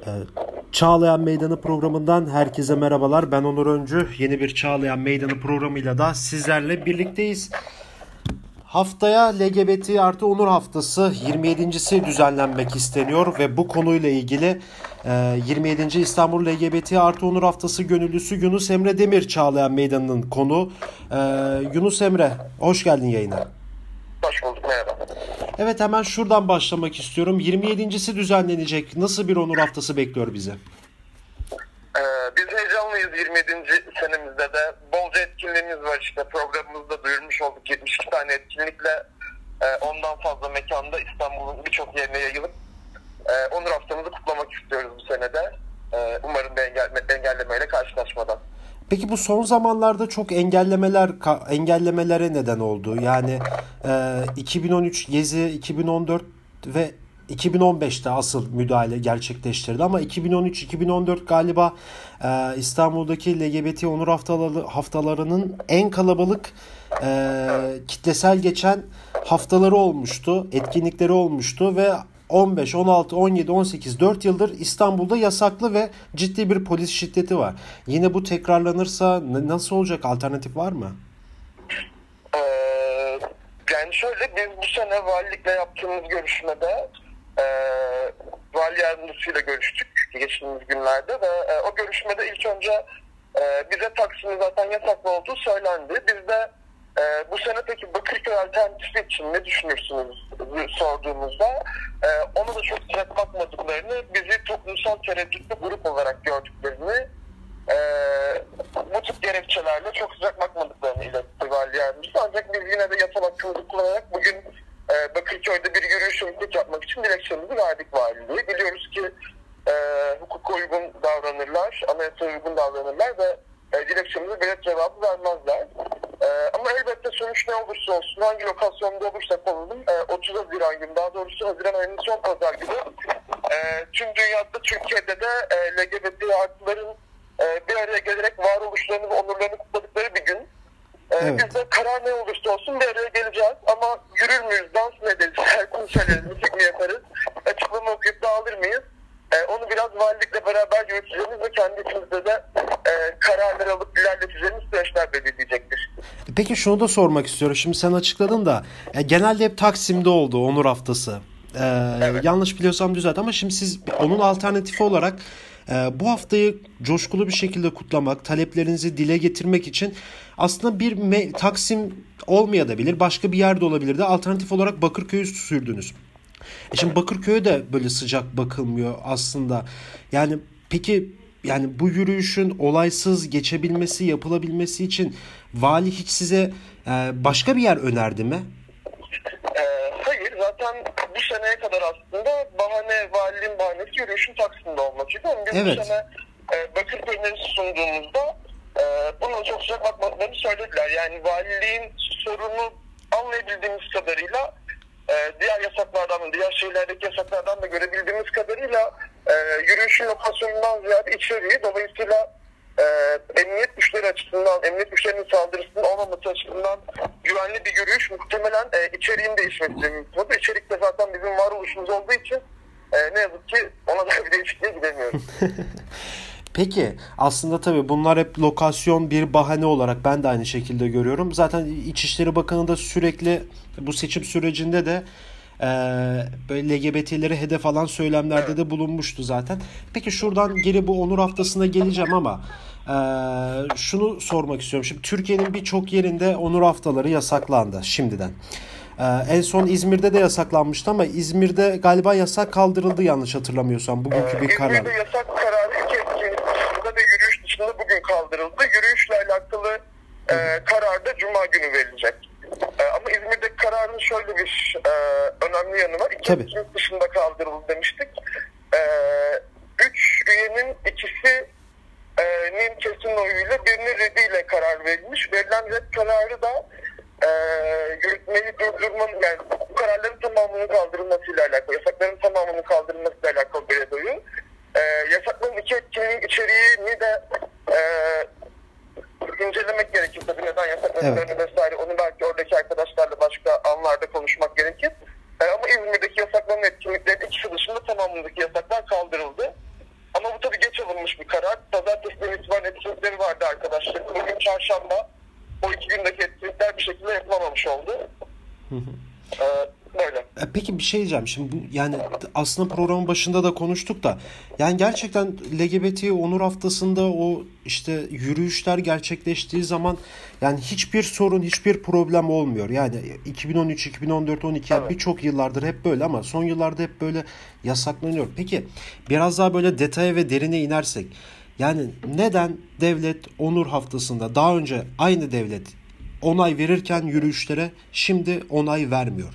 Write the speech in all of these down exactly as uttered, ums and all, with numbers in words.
Ee, Çağlayan Meydanı programından herkese merhabalar. Ben Onur Öncü. Yeni bir Çağlayan Meydanı programıyla da sizlerle birlikteyiz. Haftaya L G B T artı onur haftası yirmi yedincisi düzenlenmek isteniyor ve bu konuyla ilgili yirmi yedinci İstanbul L G B T artı onur haftası gönüllüsü Yunus Emre Demir Çağlayan Meydanı'nın konuğu. Yunus Emre, hoş geldin yayına. Hoş bulduk, merhaba. Evet, hemen şuradan başlamak istiyorum. yirmi yedincisi düzenlenecek. Nasıl bir onur haftası bekliyor bizi? Ee, biz heyecanlıyız. yirmi yedinci senemizde de bolca etkinliğimiz var işte. Programımızda duyurmuş olduk. yetmiş iki tane etkinlikle e, ondan fazla mekanda İstanbul'un birçok yerine yayılıp e, onur haftamızı kutlamak istiyoruz bu senede. E, umarım bir engelle, engellemeyle karşılaşmadan. Peki bu son zamanlarda çok engellemeler engellemelere neden oldu. Yani e, iki bin on üç Gezi, iki bin on dört ve iki bin on beşte asıl müdahale gerçekleştirdi ama iki bin on üç iki bin on dört galiba e, İstanbul'daki L G B T onur haftaları, haftalarının en kalabalık e, kitlesel geçen haftaları olmuştu, etkinlikleri olmuştu ve on beş, on altı, on yedi, on sekiz, dört yıldır İstanbul'da yasaklı ve ciddi bir polis şiddeti var. Yine bu tekrarlanırsa nasıl olacak? Alternatif var mı? Ee, yani şöyle, biz bu sene valilikle yaptığımız görüşmede e, vali yardımcısıyla görüştük geçtiğimiz günlerde ve e, o görüşmede ilk önce e, bize Taksim'in zaten yasaklı olduğu söylendi. Biz de Ee, bu sene peki Bakırköy alternatifi için ne düşünürsünüz sorduğumuzda e, ona da çok sıcak bakmadıklarını, bizi toplumsal tereddütlü grup olarak gördüklerini, e, bu tip gerekçelerle çok sıcak bakmadıklarını iletti vali yardımcısı. Ancak biz yine de yasal hakkımızı kullanarak bugün e, Bakırköy'de bir yürüyüş miting yapmak için dilekçemizi verdik valiliğe. Biliyoruz ki e, hukuka uygun davranırlar, anayasaya uygun davranırlar ve e, dilekçemize bilet cevabı vermezler. Ee, ama elbette sonuç ne olursa olsun, hangi lokasyonda olursak olalım, e, otuz Haziran günü, daha doğrusu Haziran ayının son pazar günü e, tüm dünyada, Türkiye'de de e, L G B T artıların e, bir araya gelerek varoluşlarını ve onurlarını kutladıkları bir gün. E, evet. Biz de karar ne olursa olsun bir araya geleceğiz ama yürür müyüz, dans mı ederiz, şarkı mı söyleriz, müzik mi yaparız, açıklama okuyup dağılır mıyız? E, onu biraz valilikle beraber yürüteceğimiz ve kendi içimizde de e, kararlar alıp ilerleteceğimiz süreçler belirleyecektir. Peki şunu da sormak istiyorum. Şimdi sen açıkladın da e, genelde hep Taksim'de oldu onur haftası. E, evet. Yanlış biliyorsam düzelt ama şimdi siz onun alternatifi olarak e, bu haftayı coşkulu bir şekilde kutlamak, taleplerinizi dile getirmek için aslında bir me- Taksim olmayabilir, başka bir yerde olabilir de alternatif olarak Bakırköy'ü sürdünüz. E şimdi Bakırköy'e de böyle sıcak bakılmıyor aslında. Yani peki, yani bu yürüyüşün olaysız geçebilmesi, yapılabilmesi için vali hiç size e, başka bir yer önerdi mi? E, hayır, zaten bu seneye kadar aslında bahane, valiliğin bahanesi yürüyüşün Taksim'de olmasıydı. Ama biz evet. bu sene e, Bakırköy önerisi sunduğumuzda e, buna çok sıcak bakmadıklarını söylediler. Yani valiliğin sorunu anlayabildiğimiz kadarıyla, Ee, diğer yasaklardan, diğer şehirlerdeki yasaklardan da görebildiğimiz kadarıyla e, yürüyüşün lokasyonundan ziyade içeriği, dolayısıyla e, emniyet güçleri açısından, emniyet güçlerinin saldırısının olmaması açısından güvenli bir yürüyüş, muhtemelen e, içeriğin değişmesi mümkün. İçerik de zaten bizim varoluşumuz olduğu için e, ne yazık ki ona da bir değişikliğe gidemiyoruz. Peki aslında tabii bunlar hep lokasyon, bir bahane olarak ben de aynı şekilde görüyorum. Zaten İçişleri Bakanı da sürekli bu seçim sürecinde de e, böyle L G B T'leri hedef alan söylemlerde evet. de bulunmuştu zaten. Peki şuradan geri bu onur haftasına geleceğim ama e, şunu sormak istiyorum. Şimdi Türkiye'nin birçok yerinde onur haftaları yasaklandı şimdiden. Ee, en son İzmir'de de yasaklanmıştı ama İzmir'de galiba yasak kaldırıldı yanlış hatırlamıyorsam. Bugünkü ee, bir karar. İzmir'de yasak kararı iki etkinlik dışında ve yürüyüş dışında bugün kaldırıldı. Yürüyüşle alakalı e, karar da Cuma günü verilecek. E, ama İzmir'deki kararın şöyle bir e, önemli yanı var. İki Tabii. etkinlik dışında kaldırıldı demiştik. E, üç üyenin ikisi e, nin kesin oyuyla, birinin reddiyle karar verilmiş. Verilen red kararı da Ee, yürütmeyi durdurmanın, yani bu kararların tamamının kaldırılmasıyla alakalı, yasakların tamamının kaldırılmasıyla alakalı bir oyu. Ee, yasakların iki etkinliğin içeriğini de e, incelemek gerekir. Tabii neden yasaklandıklarını evet. vesaire, onu belki oradaki arkadaşlarla başka anlarda konuşmak gerekir. Ee, ama İzmir'deki yasaklanan etkinliklerin ikisi dışında tamamındaki yasaklar kaldırıldı. bir şey diyeceğim. Şimdi bu yani aslında programın başında da konuştuk da yani gerçekten L G B T onur haftasında o işte yürüyüşler gerçekleştiği zaman yani hiçbir sorun, hiçbir problem olmuyor. Yani iki bin on üç, iki bin on dört, on iki Evet. birçok yıllardır hep böyle ama son yıllarda hep böyle yasaklanıyor. Peki biraz daha böyle detaya ve derine inersek yani neden devlet onur haftasında daha önce aynı devlet onay verirken yürüyüşlere şimdi onay vermiyor?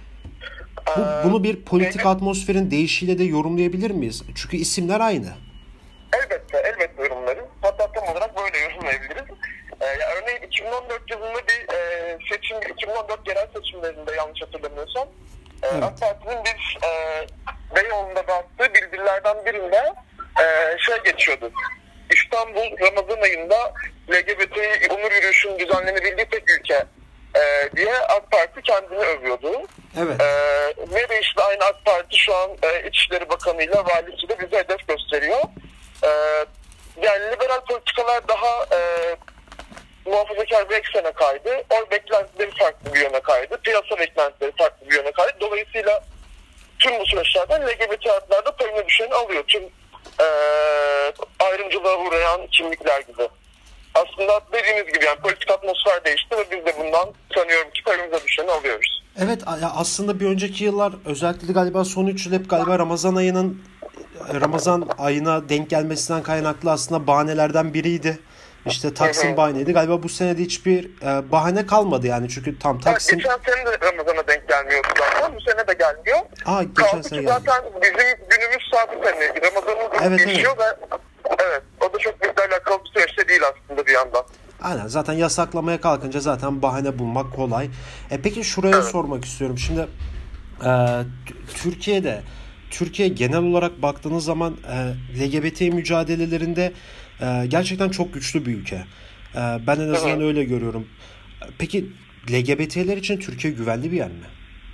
Bu, bunu bir politik devlet- atmosferin değişiyle de yorumlayabilir miyiz? Çünkü isimler aynı. Elbette, elbette yorumlarız. Hatta tam olarak böyle yorumlayabiliriz. Ee, ya örneğin iki bin on dört yılında bir e, seçim, iki bin on dört yerel seçimlerinde yanlış hatırlamıyorsam e, Evet. AK Parti'nin bir e, Beyoğlu'nda bastığı bildirilerden birinde e, şey geçiyordu. İstanbul Ramazan ayında L G B T onur yürüyüşünün düzenlenebildiği tek ülke e, diye AK Parti kendini övüyordu. Evet. Ee, ne değişti? Aynı AK Parti şu an e, İçişleri Bakanı'yla valisiyle bize hedef gösteriyor. Ee, yani liberal politikalar daha e, muhafazakar bir eksene kaydı. Oy beklentileri farklı bir yöne kaydı. Piyasa beklentileri farklı bir yöne kaydı. Dolayısıyla tüm bu süreçlerden L G B T artılar da payına düşeni alıyor. Tüm e, ayrımcılığa uğrayan kimlikler gibi. Aslında dediğiniz gibi yani politik atmosfer değişti ve biz de bundan sanıyorum ki payımıza düşeni alıyoruz. Evet aslında bir önceki yıllar özellikle de galiba son üç yıl hep galiba Ramazan ayının Ramazan ayına denk gelmesinden kaynaklı aslında bahanelerden biriydi. İşte Taksim Hı hı. bahaneydi. Galiba bu senede hiçbir e, bahane kalmadı yani çünkü tam Taksim... Evet, geçen sene de Ramazan'a denk gelmiyordu zaten. Bu sene de gelmiyor. Aa, geçen Kaldı sene ki geldi. zaten bizim günümüz sabit hani. Ramazan'ın günü Evet, geçiyor ve evet o da çok bizle alakalı bir süreçte değil aslında bir yandan. Aynen zaten yasaklamaya kalkınca zaten bahane bulmak kolay. E peki şuraya Evet. sormak istiyorum. Şimdi e, T- Türkiye'de Türkiye genel olarak baktığınız zaman e, L G B T mücadelelerinde e, gerçekten çok güçlü bir ülke. E, ben en azından Hı hı. öyle görüyorum. E, Peki L G B T'ler için Türkiye güvenli bir yer mi?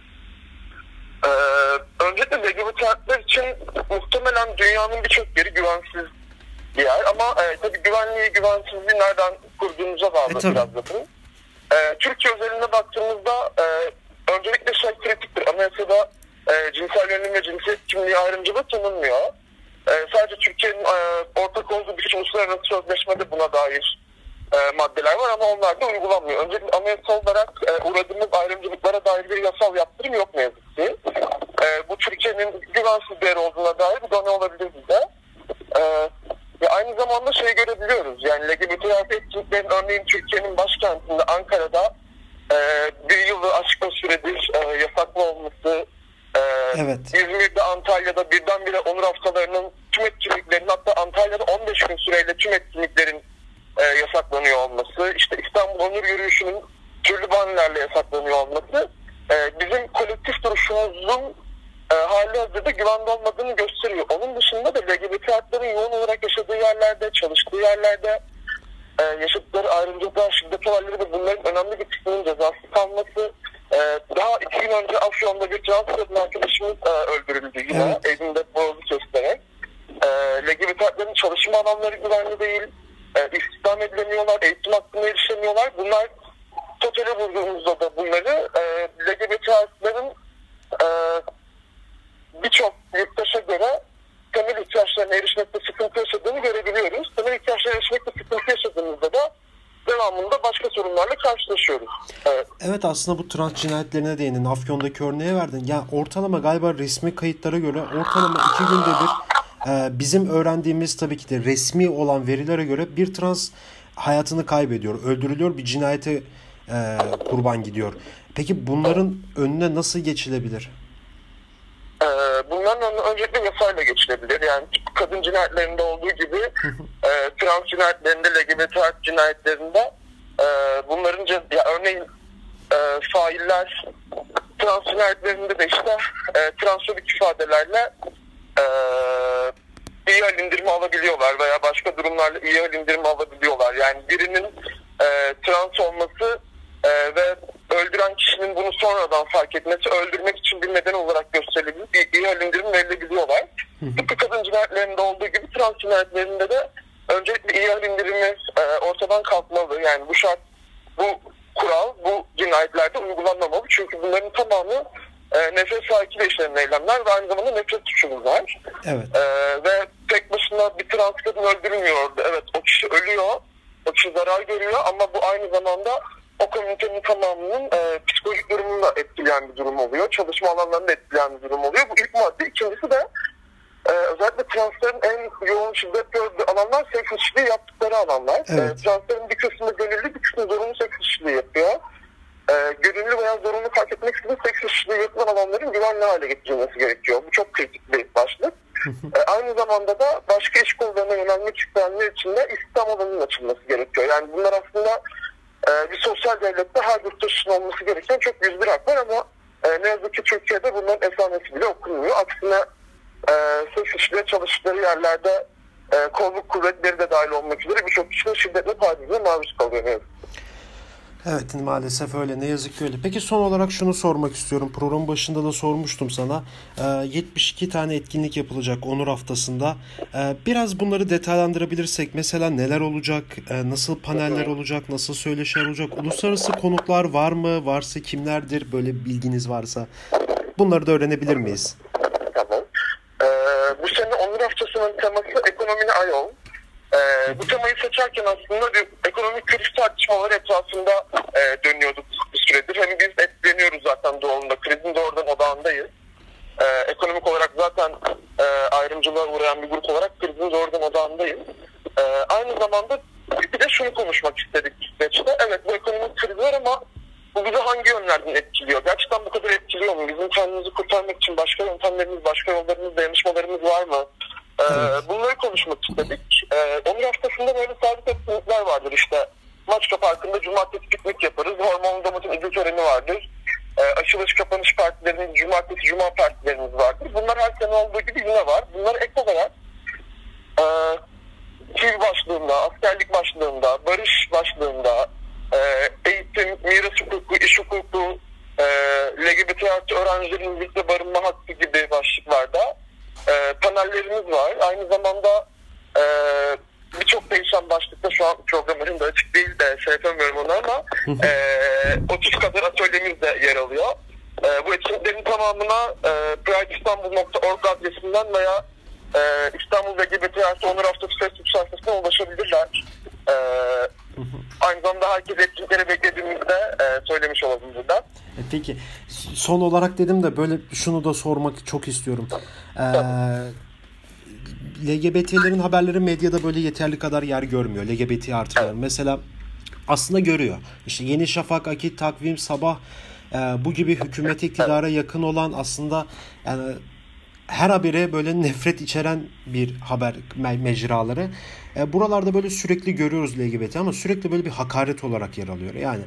Ee, öncelikle L G B T haklar için muhtemelen dünyanın birçok yeri güvensiz bir yer. Ama e, tabii güvenliği, güvensizliği nereden kurduğumuza bağlı E, tabii. biraz da bu. Ee, Türkiye özelinde baktığımızda e, öncelikle şey kritiktir. Anayasada e, cinsel yönelim ve cinsiyet kimliği ayrımcılığı tanınmıyor. E, sadece Türkiye'nin e, ortak olduğu bir uluslararası sözleşmede buna dair e, maddeler var ama onlar da uygulanmıyor. Öncelikle anayasal olarak e, uğradığımız ayrımcılıklara dair bir yasal yaptırım yok ne yazık ki. E, bu Türkiye'nin güvensiz bir yer olduğuna dair bir done olabilir bize. E, ve aynı zamanda şey görebiliyoruz. Yani L G B T artı etkinliklerin örneğin Türkiye'nin başkentinde Ankara'da e, bir yılı aşkın süredir e, yasaklı olması, e, Evet. İzmir'de, Antalya'da birdenbire onur haftalarının tüm etkinliklerin hatta Antalya'da on beş gün süreyle tüm etkinliklerin e, yasaklanıyor olması, işte İstanbul Onur Yürüyüşü'nün türlü bahanelerle yasaklanıyor olması e, bizim kolektif duruşumuzun e, hali hazırda güvende olmadığını gösteriyor. Onun dışında da L G B T hakların yoğun olarak yaşadığı yerlerde, çalıştığı yerlerde e, yaşadıkları ayrımcılıklar, şiddet olayları ve bunların önemli bir kısmının cezası kalması. E, daha iki gün önce Afyon'da bir trans kadın arkadaşımız e, öldürüldü yine Evet. elinde boğazı keserek. E, L G B T haklarının çalışma alanları güvenli değil, e, istihdam edilemiyorlar, eğitim hakkına erişemiyorlar. Bunlar totale vurduğumuzda da bunları e, L G B T hakların e, birçok yurttaşa göre temel ihtiyaçlarına erişmekte sıkıntı yaşadığını görebiliyoruz. Temel ihtiyaçlarına erişmekte sıkıntı yaşadığımızda da devamında başka sorunlarla karşılaşıyoruz. Evet. Evet aslında bu trans cinayetlerine değindin. Afyon'daki örneğe verdin. Ya ortalama galiba resmi kayıtlara göre ortalama iki günde bir e, bizim öğrendiğimiz tabii ki de resmi olan verilere göre bir trans hayatını kaybediyor. Öldürülüyor, bir cinayete e, kurban gidiyor. Peki bunların önüne nasıl geçilebilir? Ee, bunların önüne öncelikle yasayla geçilebilir. Yani kadın cinayetlerinde olduğu gibi e, trans cinayetlerinde, L G B T cinayetlerinde e, bunların ce- ya örneğin e, failler trans cinayetlerinde de işte e, transfobik ifadelerle e, iyi hal indirimi alabiliyorlar veya başka durumlarla iyi hal indirimi alabiliyorlar. Yani birinin e, trans olması e, ve öldüren kişinin bunu sonradan fark etmesi öldürmek için bir neden olarak gösterilebilir. Bir iyi hal indirimi verilebiliyorlar. Tıpkı kadın cinayetlerinde olduğu gibi trans cinayetlerinde de öncelikle iyi hal indirimi e, ortadan kalkmalı. Yani bu şart, bu kural bu cinayetlerde uygulanmamalı. Çünkü bunların tamamı e, nefret sahikiyle işlenen eylemler ve aynı zamanda nefret suçumuz var. Evet. E, ve tek başına bir trans kadın öldürülmüyor orada. Evet, o kişi ölüyor, o kişi zarar görüyor ama bu aynı zamanda o komünitenin tamamının e, psikolojik durumunu da etkileyen bir durum oluyor. Çalışma alanlarını da etkileyen bir durum oluyor. Bu ilk madde. İkincisi de e, özellikle transların en yoğun şiddet gördüğü alanlar seks işçiliği yaptıkları alanlar. Evet. E, transların bir kısmı gönüllü, bir kısmı zorunlu seks işçiliği yapıyor. E, gönüllü veya zorunlu fark etmeksizin seks işçiliği yapılan alanların güvenli hale getirilmesi gerekiyor. Bu çok kritik bir başlık. e, aynı zamanda da başka iş kollarına yönelmek isteyenler için de istihdam alanının açılması gerekiyor. Yani bunlar aslında e, bir sosyal devlette her yurttaşın olması gereken çok yüz bir hak var ama e, ne yazık ki Türkiye'de bunların esamesi bile okunmuyor. Aksine e, seks işçiliğe çalıştıkları yerlerde e, kolluk kuvvetleri de dahil olmak üzere birçok kişinin şiddetle tacizine maruz kalıyor. Ne yazık ki. Evet, maalesef öyle. Ne yazık ki öyle. Peki son olarak şunu sormak istiyorum. Programın başında da sormuştum sana. E, yetmiş iki tane etkinlik yapılacak Onur Haftası'nda. E, biraz bunları detaylandırabilirsek. Mesela neler olacak? E, nasıl paneller olacak? Nasıl söyleşiler olacak? Uluslararası konuklar var mı? Varsa kimlerdir? Böyle bir bilginiz varsa. Bunları da öğrenebilir miyiz? Tamam. Ee, bu sene Onur Haftası'nın teması ekonominin ayol. Ee, bu temayı seçerken aslında bir ekonomik kriz tartışmaları etrafında e, dönüyorduk bir süredir. Hem biz etkileniyoruz zaten doğrunda. Krizin doğrudan odağındayız. Ee, ekonomik olarak zaten e, ayrımcılığa uğrayan bir grup olarak krizin doğrudan odağındayız. Ee, aynı zamanda bir de şunu konuşmak istedik süreçte. Evet, bu ekonomik kriz var ama bu bizi hangi yönlerden etkiliyor? Gerçekten bu kadar etkiliyor mu? Bizim kendimizi kurtarmak için başka yöntemlerimiz, başka yollarımız, dayanışmalarımız var mı? Ee, Evet. Bunları konuşmak istedik. Ee, Onur Haftası'nda böyle sabit etkinlikler vardır işte. Maçka Parkı'nda cumartesi piknik yaparız. Hormonlu Damat'ın ödül töreni vardır. Ee, açılış kapanış partilerimiz, cumartesi cuma partilerimiz vardır. Bunlar her sene olduğu gibi yine var. Bunlar ek olarak e, T V başlığında, askerlik başlığında, barış başlığında, e, eğitim, miras hukuku, iş hukuku, e, L G B T artı öğrencilerin birlikte barınma hakkı gibi başlıklarda e, panellerimiz var. Aynı zamanda e, birçok değişen başlıkta şu an programların da açık değil de şey yapamıyorum onu ama e, otuz kadar atölyemiz de yer alıyor. E, bu etkinliklerin tamamına e, pride istanbul nokta org adresinden veya e, İstanbul L G B T artı Onur Haftası Facebook sayfasına ulaşabilirler. E, aynı zamanda herkes etkinliklere beklediğimizde e, söylemiş olalım burada. E peki son olarak dedim de böyle şunu da sormak çok istiyorum. Ee, L G B T'lerin haberleri medyada böyle yeterli kadar yer görmüyor. L G B T artılar. Evet. Mesela aslında görüyor. İşte Yeni Şafak, Akit, Takvim, Sabah e, bu gibi hükümet iktidara yakın olan aslında yani her habere böyle nefret içeren bir haber me- mecraları. E, buralarda böyle sürekli görüyoruz L G B T ama sürekli böyle bir hakaret olarak yer alıyor. Yani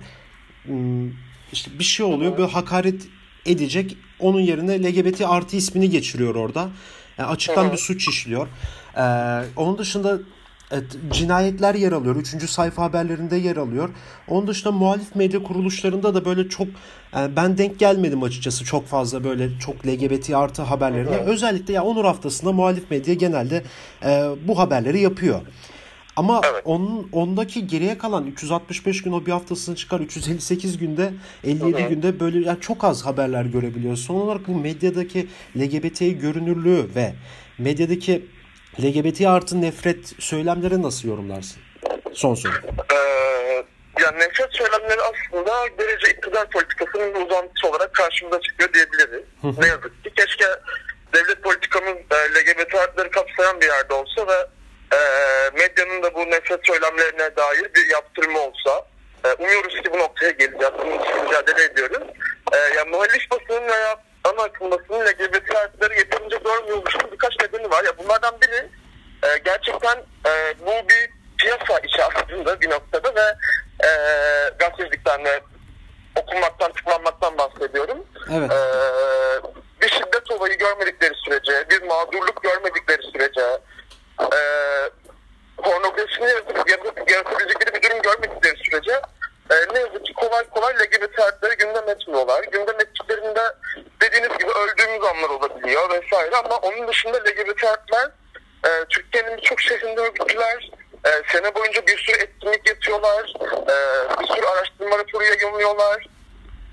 işte bir şey oluyor, böyle hakaret edecek, onun yerine L G B T artı ismini geçiriyor orada. Yani açıktan bir suç işliyor. Ee, onun dışında evet, cinayetler yer alıyor. Üçüncü sayfa haberlerinde yer alıyor. Onun dışında muhalif medya kuruluşlarında da böyle çok yani ben denk gelmedim açıkçası çok fazla böyle çok L G B T artı haberlerine. Evet. Özellikle ya Onur Haftası'nda muhalif medya genelde e, bu haberleri yapıyor. Ama evet. onun ondaki geriye kalan üç yüz altmış beş gün o bir haftasını çıkar üç yüz elli sekiz günde elli yedi hı hı. günde böyle yani çok az haberler görebiliyoruz. Son olarak bu medyadaki L G B T görünürlüğü ve medyadaki L G B T artı nefret söylemleri nasıl yorumlarsın? Son soru. Ee, yani nefret söylemleri aslında derece iktidar politikasının uzantısı olarak karşımıza çıkıyor diyebiliriz. Hı hı. Ne yazık ki keşke devlet politikamız L G B T artıları kapsayan bir yerde olsa ve E, medyanın da bu nefret söylemlerine dair bir yaptırımı olsa. E, umuyoruz ki bu noktaya geleceğiz. Bunun için mücadele ediyoruz. E, yani muhalif basının veya ana akım basının L G B T artıları yeterince görmüyormuşun birkaç nedeni var. Ya bunlardan biri e, gerçekten e, bu bir piyasa işi aslında bir noktada ve e, gazetecilikten ve okunmaktan, tıklanmaktan bahsediyorum. Evet. E, bir şiddet olayı görmedikleri sürece, bir mağdurluk görmedikleri sürece, Ee, pornografisini yaratabilecekleri bir durum görmedikleri sürece e, ne yazık ki kolay kolay L G B T artıları gündem etmiyorlar. Gündem ettiklerinde dediğiniz gibi öldüğümüz anlar olabiliyor vesaire ama onun dışında L G B T artılar e, Türkiye'nin birçok şehrinde örgütlüler. E, sene boyunca bir sürü etkinlik yapıyorlar. E, bir sürü araştırma raporu yayınlıyorlar.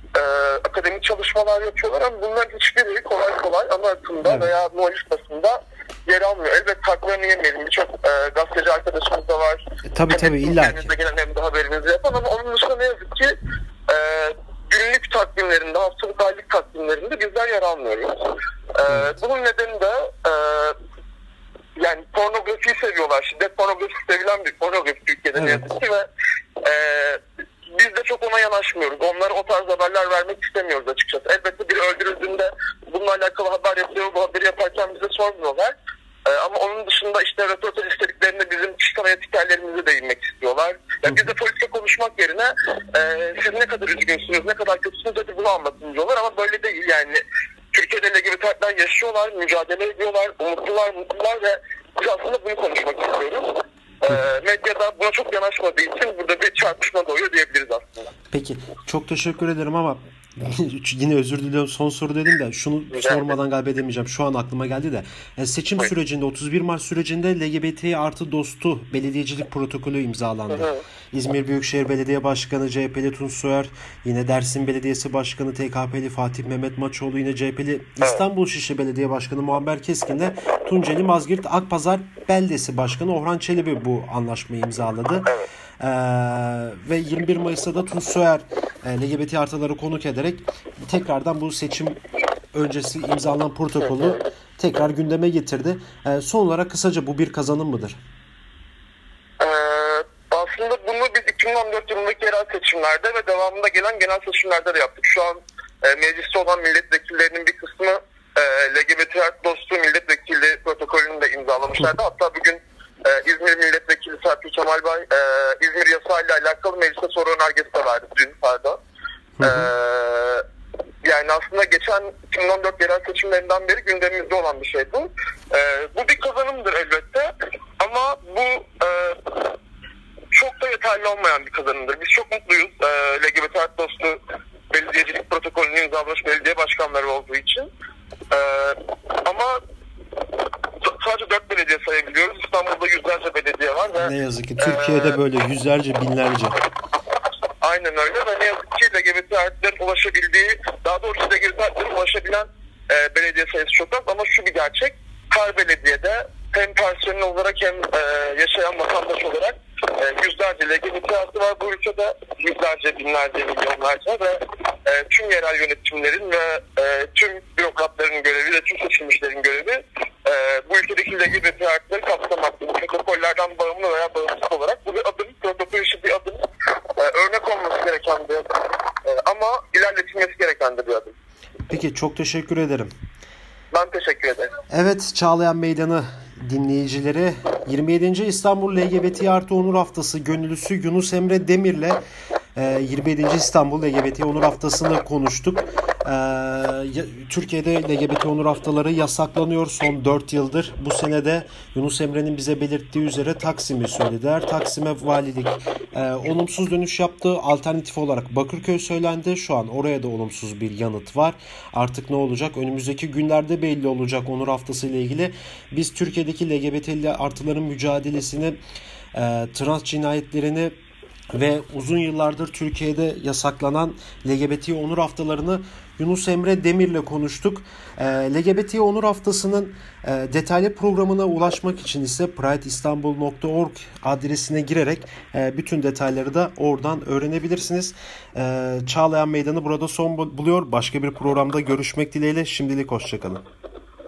e, akademik çalışmalar yapıyorlar ama bunların hiçbiri kolay kolay ana akımda Evet. veya muhalif basında yer almıyor. Elbette haklarını yemeyelim. Birçok e, gazeteci arkadaşımız da var. E, tabii hem tabii illa ki. elimizde gelen hem de haberimizi yapan ama onun dışında ne yazık ki e, günlük takvimlerinde, haftalık aylık takvimlerinde bizler yer almıyoruz. E, Evet. Bunun nedeni de e, yani pornografiyi seviyorlar. Şiddet pornografisi sevilen bir pornografi Türkiye'de ne Evet. yazık ki ve e, biz de çok ona yanaşmıyoruz. Onlara o tarz haberler vermek istemiyoruz açıkçası. Elbette biri öldürüldüğünde bununla alakalı haber yapıyor. Bu haberi yaparken bize sormuyorlar. E, ama onun dışında işte röportaj istediklerinde bizim kişisel hayat hikayelerimize değinmek istiyorlar. Yani biz de politika konuşmak yerine e, siz ne kadar üzgünsünüz, ne kadar kötüsünüz hadi bunu anlatın diyorlar ama böyle değil yani. Türkiye'de L G B T'ler yaşıyorlar, mücadele ediyorlar, umutlular, mutlular ve biz aslında bunu konuşmak istiyoruz. Ee, medyada buna çok yanaşmadığı için burada bir çarpışma doğuyor diyebiliriz aslında. Peki çok teşekkür ederim ama yine özür diliyorum, son soru dedim de şunu Rica sormadan galiba edemeyeceğim. Şu an aklıma geldi de. E, seçim Buyurun. sürecinde otuz bir Mart sürecinde L G B T artı dostu belediyecilik protokolü imzalandı. Hı hı. İzmir Büyükşehir Belediye Başkanı C H P'li Tunç Soyer, yine Dersim Belediyesi Başkanı T K P'li Fatih Mehmet Maçoğlu, yine C H P'li İstanbul Şişli Belediye Başkanı Muammer Keskin'le Tunceli Mazgirt Akpazar Beldesi Başkanı Orhan Çelebi bu anlaşmayı imzaladı. Evet. Ee, ve yirmi bir Mayıs'ta da Tunç Soyer e, L G B T artıları konuk ederek tekrardan bu seçim öncesi imzalanan protokolü tekrar gündeme getirdi. Ee, son olarak kısaca bu bir kazanım mıdır? Ee, aslında bunu biz iki bin on dört yılındaki yerel seçimlerde ve devamında gelen genel seçimlerde de yaptık. Şu an e, mecliste olan milletvekillerinin bir kısmı e, L G B T artı dostu milletvekili protokolünü de imzalamışlardı. Hatta bugün e, İzmir Milletvekili Serpil Kemal Bay e, İzmir yasayla alakalı mecliste soru önergesi de verdi dün pardon. Hı hı. Ee, yani aslında geçen iki bin on dört yerel seçimlerinden beri gündemimizde olan bir şey bu. Ee, bu bir kazanımdır elbette ama bu e, çok da yeterli olmayan bir kazanımdır. Biz çok mutluyuz. Ee, L G B T artı dostu belediyecilik protokolünü imzalamış belediye başkanları olduğu için. Ee, ama sadece dört belediye sayabiliyoruz. İstanbul'da yüzlerce belediye var ve Ne yazık ki Türkiye'de böyle yüzlerce, binlerce. aynen öyle ve ne yazık ki L G B T artıların ulaşabildiği, daha doğrusu L G B T artıların ulaşabilen e, belediye sayısı çok az ama şu bir gerçek, her belediyede hem personel olarak hem e, yaşayan vatandaş olarak e, yüzlerce L G B T artı var bu ülkede, yüzlerce, binlerce, milyonlarca ve e, tüm yerel yönetimlerin ve e, tüm bürokratların görevi ve tüm seçilmişlerin görevi e, bu ülkedeki L G B T artıları kapsamak. Protokollerden bağımlı veya bağımsız olarak bu bir adım, protokol işi bir adım. Ee, örnek olması gereken bir adım. Ee, ama ilerletilmesi gereken de bir adım. Peki çok teşekkür ederim. Ben teşekkür ederim. Evet, Çağlayan Meydanı dinleyicileri, yirmi yedinci İstanbul L G B T artı Onur Haftası gönüllüsü Yunus Emre Demir'le e, yirmi yedinci İstanbul L G B T Onur Haftası'nı konuştuk. E, Türkiye'de L G B T Onur Haftaları yasaklanıyor son dört yıldır. Bu senede Yunus Emre'nin bize belirttiği üzere Taksim'i söylediler. Taksim'e valilik e, olumsuz dönüş yaptı. Alternatif olarak Bakırköy söylendi. Şu an oraya da olumsuz bir yanıt var. Artık ne olacak? Önümüzdeki günlerde belli olacak Onur Haftası ile ilgili. Biz Türkiye'deki L G B T artıların mücadelesini, e, trans cinayetlerini ve uzun yıllardır Türkiye'de yasaklanan L G B T Onur Haftalarını Yunus Emre Demir'le konuştuk. E, L G B T Onur Haftası'nın e, detaylı programına ulaşmak için ise pride istanbul nokta org adresine girerek e, bütün detayları da oradan öğrenebilirsiniz. E, Çağlayan Meydanı burada son buluyor. Başka bir programda görüşmek dileğiyle. Şimdilik hoşçakalın.